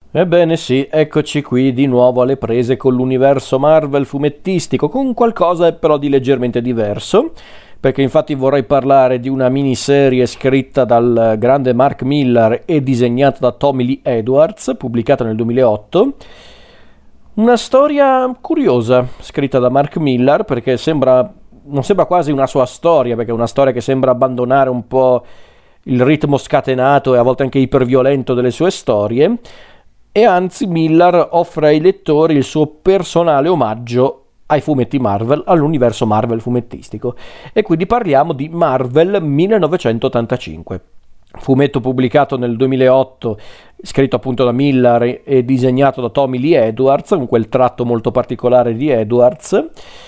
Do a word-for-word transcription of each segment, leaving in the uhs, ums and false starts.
Ebbene sì, eccoci qui di nuovo alle prese con l'universo Marvel fumettistico, con qualcosa però di leggermente diverso, perché infatti vorrei parlare di una miniserie scritta dal grande Mark Millar e disegnata da Tommy Lee Edwards, pubblicata nel duemilaotto. Una storia curiosa, scritta da Mark Millar, perché sembra, non sembra quasi una sua storia, perché è una storia che sembra abbandonare un po' il ritmo scatenato e a volte anche iperviolento delle sue storie, e anzi Millar offre ai lettori il suo personale omaggio ai fumetti Marvel, all'universo Marvel fumettistico. E quindi parliamo di Marvel millenovecentottantacinque, fumetto pubblicato nel duemilaotto, scritto appunto da Millar e disegnato da Tommy Lee Edwards, con quel tratto molto particolare di Edwards.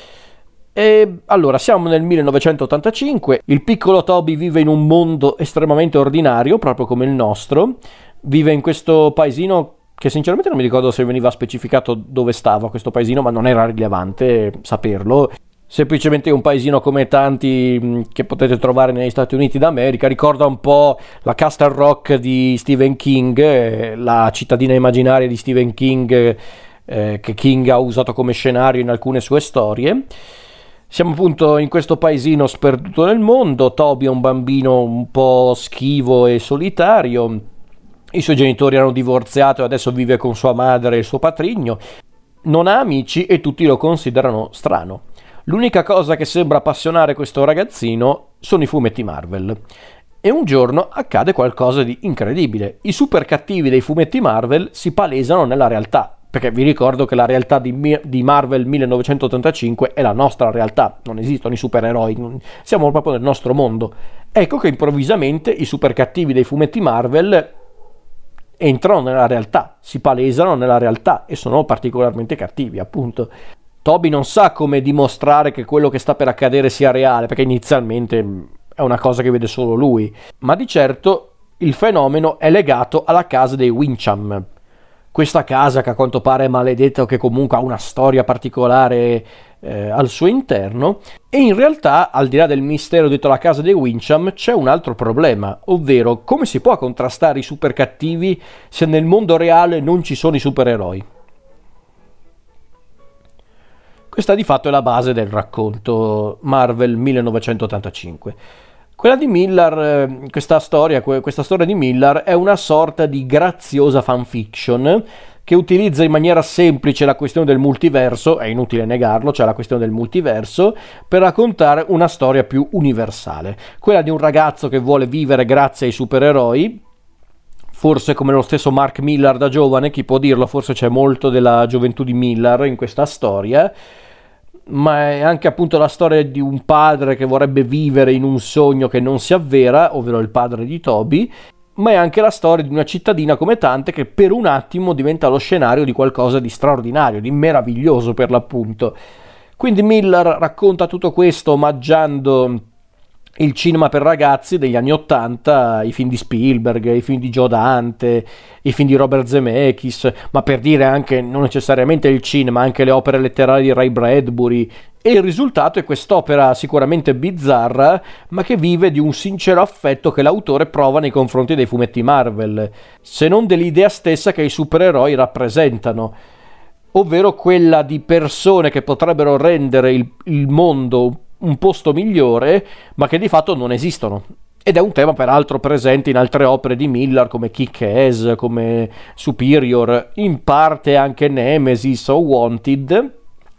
E allora siamo nel millenovecentottantacinque, il piccolo Toby vive in un mondo estremamente ordinario, proprio come il nostro. Vive in questo paesino che sinceramente non mi ricordo se veniva specificato dove stava questo paesino, ma non era rilevante saperlo. Semplicemente un paesino come tanti che potete trovare negli Stati Uniti d'America. Ricorda un po' la Castle Rock di Stephen King, la cittadina immaginaria di Stephen King, eh, che King ha usato come scenario in alcune sue storie. Siamo appunto in questo paesino sperduto nel mondo. Toby è un bambino un po' schivo e solitario. I suoi genitori erano divorziati e adesso vive con sua madre e il suo patrigno. Non ha amici e tutti lo considerano strano. L'unica cosa che sembra appassionare questo ragazzino sono i fumetti Marvel. E un giorno accade qualcosa di incredibile. I super cattivi dei fumetti Marvel si palesano nella realtà. Perché vi ricordo che la realtà di, di Marvel millenovecentottantacinque è la nostra realtà. Non esistono i supereroi, siamo proprio nel nostro mondo. Ecco che improvvisamente i super cattivi dei fumetti Marvel entrano nella realtà, si palesano nella realtà e sono particolarmente cattivi, appunto. Toby non sa come dimostrare che quello che sta per accadere sia reale, perché inizialmente è una cosa che vede solo lui, ma di certo il fenomeno è legato alla casa dei Wincham. Questa casa che a quanto pare è maledetta o che comunque ha una storia particolare eh, al suo interno, e in realtà al di là del mistero dietro la casa dei Wincham c'è un altro problema, ovvero come si può contrastare i super cattivi se nel mondo reale non ci sono i supereroi. Questa di fatto è la base del racconto Marvel millenovecentottantacinque. Quella di Millar, questa storia, questa storia di Millar è una sorta di graziosa fanfiction che utilizza in maniera semplice la questione del multiverso, è inutile negarlo, cioè la questione del multiverso, per raccontare una storia più universale. Quella di un ragazzo che vuole vivere grazie ai supereroi, forse come lo stesso Mark Millar da giovane, chi può dirlo, forse c'è molto della gioventù di Millar in questa storia, ma è anche appunto la storia di un padre che vorrebbe vivere in un sogno che non si avvera, ovvero il padre di Toby, ma è anche la storia di una cittadina come tante che per un attimo diventa lo scenario di qualcosa di straordinario, di meraviglioso per l'appunto. Quindi Millar racconta tutto questo omaggiando il cinema per ragazzi degli anni ottanta, i film di Spielberg, i film di Joe Dante, i film di Robert Zemeckis, ma per dire anche non necessariamente il cinema, anche le opere letterarie di Ray Bradbury. E il risultato è quest'opera sicuramente bizzarra, ma che vive di un sincero affetto che l'autore prova nei confronti dei fumetti Marvel, se non dell'idea stessa che i supereroi rappresentano, ovvero quella di persone che potrebbero rendere il, il mondo un posto migliore, ma che di fatto non esistono. Ed è un tema peraltro presente in altre opere di Millar come Kick-Ass, come Superior, in parte anche Nemesis o Wanted.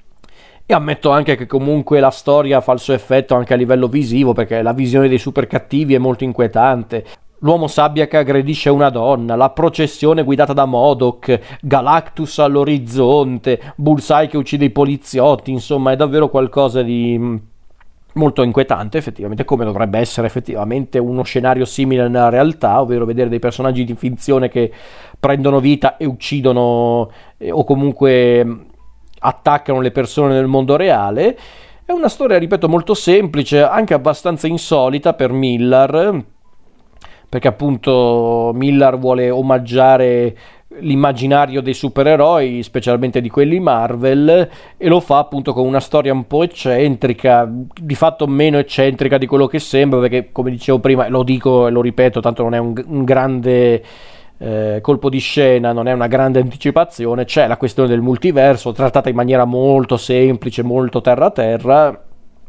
E ammetto anche che comunque la storia fa il suo effetto anche a livello visivo, perché la visione dei super cattivi è molto inquietante. L'uomo sabbia che aggredisce una donna, la processione guidata da MODOK, Galactus all'orizzonte, Bullseye che uccide i poliziotti, insomma è davvero qualcosa di molto inquietante effettivamente, come dovrebbe essere effettivamente uno scenario simile nella realtà, ovvero vedere dei personaggi di finzione che prendono vita e uccidono eh, o comunque attaccano le persone nel mondo reale. È una storia, ripeto, molto semplice, anche abbastanza insolita per Millar, perché appunto Millar vuole omaggiare l'immaginario dei supereroi, specialmente di quelli Marvel, e lo fa appunto con una storia un po' eccentrica, di fatto meno eccentrica di quello che sembra, perché come dicevo prima, lo dico e lo ripeto, tanto non è un, un grande eh, colpo di scena, non è una grande anticipazione. C'è la questione del multiverso trattata in maniera molto semplice, molto terra terra,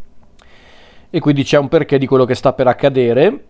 e quindi c'è un perché di quello che sta per accadere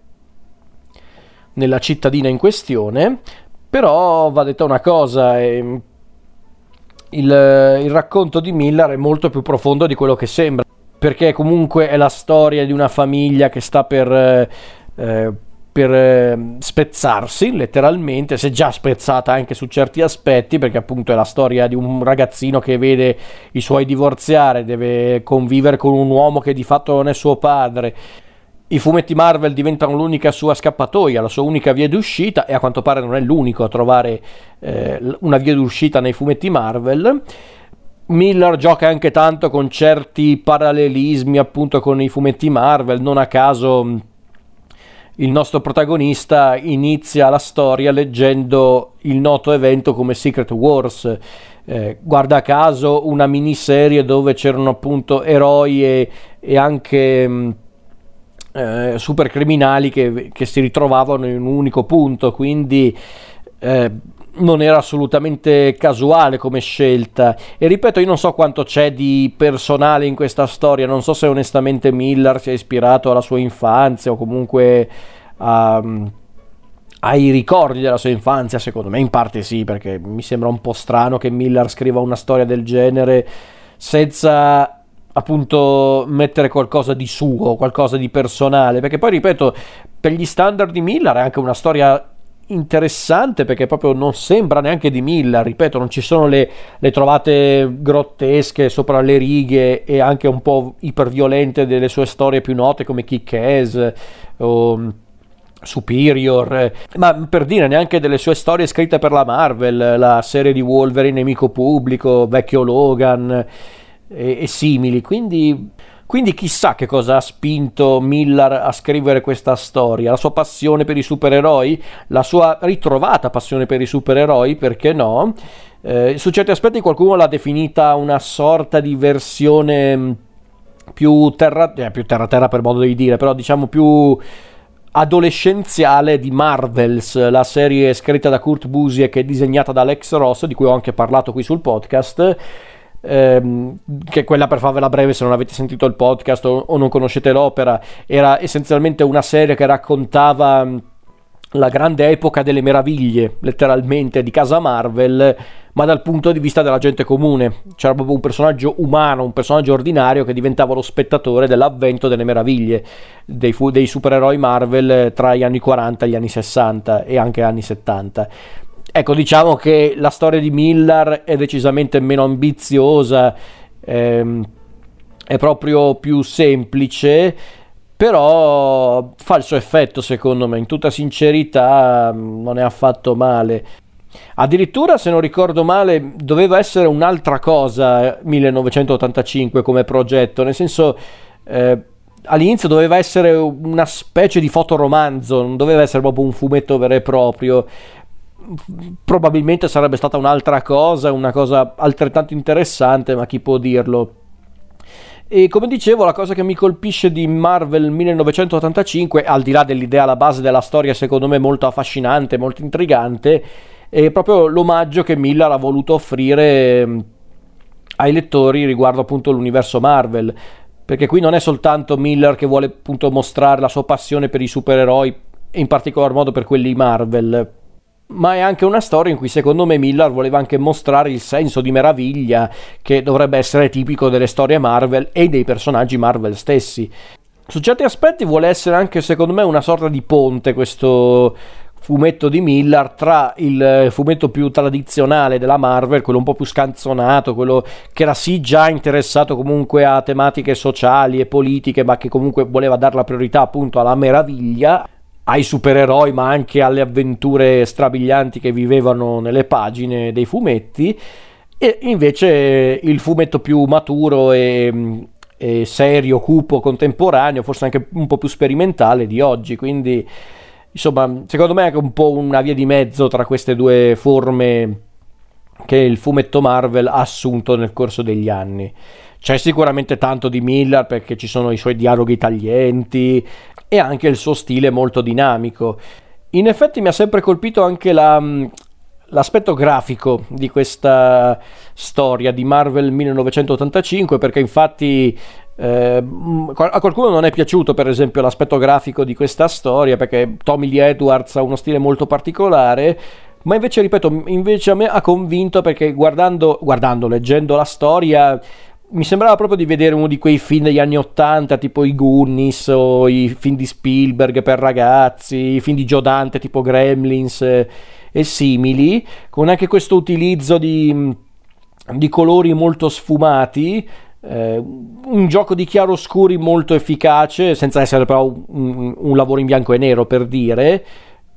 nella cittadina in questione. Però va detta una cosa, eh, il, il racconto di Millar è molto più profondo di quello che sembra, perché comunque è la storia di una famiglia che sta per, eh, per eh, spezzarsi, letteralmente. Si è già spezzata anche su certi aspetti, perché appunto è la storia di un ragazzino che vede i suoi divorziare, deve convivere con un uomo che di fatto non è suo padre. I fumetti Marvel diventano l'unica sua scappatoia, la sua unica via d'uscita, e a quanto pare non è l'unico a trovare eh, una via d'uscita nei fumetti Marvel. Millar gioca anche tanto con certi parallelismi appunto con i fumetti Marvel. Non a caso il nostro protagonista inizia la storia leggendo il noto evento come Secret Wars, eh, guarda caso una miniserie dove c'erano appunto eroi e, e anche mh, eh, super criminali che, che si ritrovavano in un unico punto, quindi eh, non era assolutamente casuale come scelta. E ripeto, io non so quanto c'è di personale in questa storia, non so se onestamente Millar si è ispirato alla sua infanzia o comunque a, ai ricordi della sua infanzia. Secondo me in parte sì, perché mi sembra un po' strano che Millar scriva una storia del genere senza appunto mettere qualcosa di suo, qualcosa di personale, perché poi ripeto, per gli standard di Millar è anche una storia interessante, perché proprio non sembra neanche di Millar. Ripeto, non ci sono le, le trovate grottesche sopra le righe e anche un po' iperviolente delle sue storie più note come Kick-Ass o Superior, ma per dire neanche delle sue storie scritte per la Marvel, la serie di Wolverine Nemico Pubblico, Vecchio Logan e, e simili. Quindi Quindi chissà che cosa ha spinto Millar a scrivere questa storia. La sua passione per i supereroi, la sua ritrovata passione per i supereroi, perché no? Eh, su certi aspetti qualcuno l'ha definita una sorta di versione più terra, eh, più terra terra per modo di dire, però diciamo più adolescenziale di Marvels, la serie scritta da Kurt Busiek e disegnata da Alex Ross, di cui ho anche parlato qui sul podcast. Ehm, che quella, per farvela breve, se non avete sentito il podcast o, o non conoscete l'opera, era essenzialmente una serie che raccontava la grande epoca delle meraviglie, letteralmente, di casa Marvel, ma dal punto di vista della gente comune. C'era proprio un personaggio umano, un personaggio ordinario che diventava lo spettatore dell'avvento delle meraviglie dei, fu- dei supereroi Marvel tra gli anni quaranta e gli anni sessanta e anche anni settanta. Ecco, diciamo che la storia di Millar è decisamente meno ambiziosa, ehm, è proprio più semplice, però fa il suo effetto, secondo me. In tutta sincerità non è affatto male. Addirittura, se non ricordo male, doveva essere un'altra cosa millenovecentottantacinque come progetto, nel senso, eh, all'inizio doveva essere una specie di fotoromanzo, non doveva essere proprio un fumetto vero e proprio. Probabilmente sarebbe stata un'altra cosa, una cosa altrettanto interessante, ma chi può dirlo. E come dicevo, la cosa che mi colpisce di Marvel millenovecentottantacinque, al di là dell'idea alla base della storia, secondo me molto affascinante, molto intrigante, è proprio l'omaggio che Millar ha voluto offrire ai lettori riguardo appunto l'universo Marvel, perché qui non è soltanto Millar che vuole appunto mostrare la sua passione per i supereroi, e in particolar modo per quelli Marvel, ma è anche una storia in cui secondo me Millar voleva anche mostrare il senso di meraviglia che dovrebbe essere tipico delle storie Marvel e dei personaggi Marvel stessi. Su certi aspetti vuole essere anche, secondo me, una sorta di ponte questo fumetto di Millar tra il fumetto più tradizionale della Marvel, quello un po' più scanzonato, quello che era sì già interessato comunque a tematiche sociali e politiche, ma che comunque voleva dare la priorità appunto alla meraviglia, ai supereroi, ma anche alle avventure strabilianti che vivevano nelle pagine dei fumetti. E invece il fumetto più maturo e, e serio, cupo, contemporaneo, forse anche un po' più sperimentale di oggi. Quindi insomma, secondo me è anche un po' una via di mezzo tra queste due forme che il fumetto Marvel ha assunto nel corso degli anni. C'è sicuramente tanto di Millar, perché ci sono i suoi dialoghi taglienti e anche il suo stile molto dinamico. In effetti mi ha sempre colpito anche la, l'aspetto grafico di questa storia di Marvel millenovecentottantacinque, perché infatti eh, a qualcuno non è piaciuto per esempio l'aspetto grafico di questa storia, perché Tommy Lee Edwards ha uno stile molto particolare, ma invece, ripeto, invece a me ha convinto, perché guardando, guardando leggendo la storia mi sembrava proprio di vedere uno di quei film degli anni ottanta, tipo i Goonies o i film di Spielberg per ragazzi, i film di Joe Dante tipo Gremlins e, e simili, con anche questo utilizzo di, di colori molto sfumati, eh, un gioco di chiaroscuri molto efficace, senza essere però un, un lavoro in bianco e nero, per dire.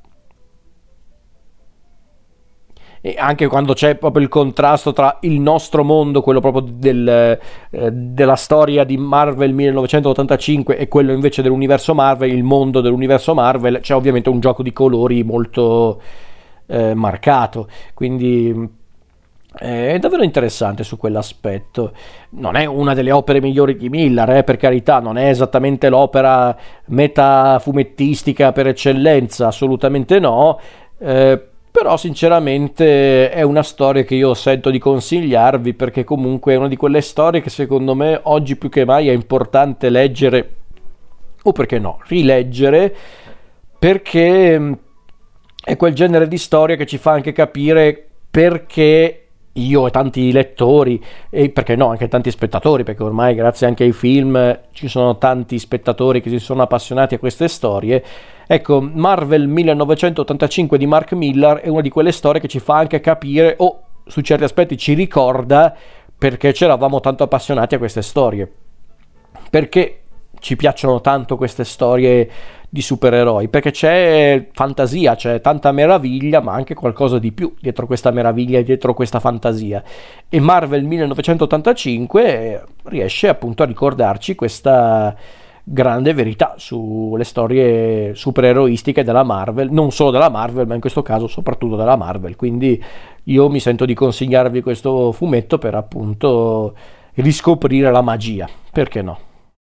E anche quando c'è proprio il contrasto tra il nostro mondo, quello proprio del, eh, della storia di Marvel millenovecentottantacinque, e quello invece dell'universo Marvel, il mondo dell'universo Marvel, c'è ovviamente un gioco di colori molto eh, marcato, quindi eh, è davvero interessante su quell'aspetto. Non è una delle opere migliori di Miller, eh, per carità, non è esattamente l'opera metafumettistica per eccellenza, assolutamente no, eh, però sinceramente è una storia che io sento di consigliarvi, perché comunque è una di quelle storie che secondo me oggi più che mai è importante leggere, o perché no, rileggere, perché è quel genere di storia che ci fa anche capire perché io e tanti lettori, e perché no anche tanti spettatori, perché ormai grazie anche ai film ci sono tanti spettatori che si sono appassionati a queste storie. Ecco, Marvel millenovecentottantacinque di Mark Millar è una di quelle storie che ci fa anche capire, o su certi aspetti ci ricorda, perché ci eravamo tanto appassionati a queste storie, perché ci piacciono tanto queste storie di supereroi, perché c'è fantasia, c'è tanta meraviglia, ma anche qualcosa di più dietro questa meraviglia e dietro questa fantasia, e Marvel millenovecentottantacinque riesce appunto a ricordarci questa grande verità sulle storie supereroistiche della Marvel, non solo della Marvel, ma in questo caso soprattutto della Marvel. Quindi io mi sento di consigliarvi questo fumetto per appunto riscoprire la magia, perché no?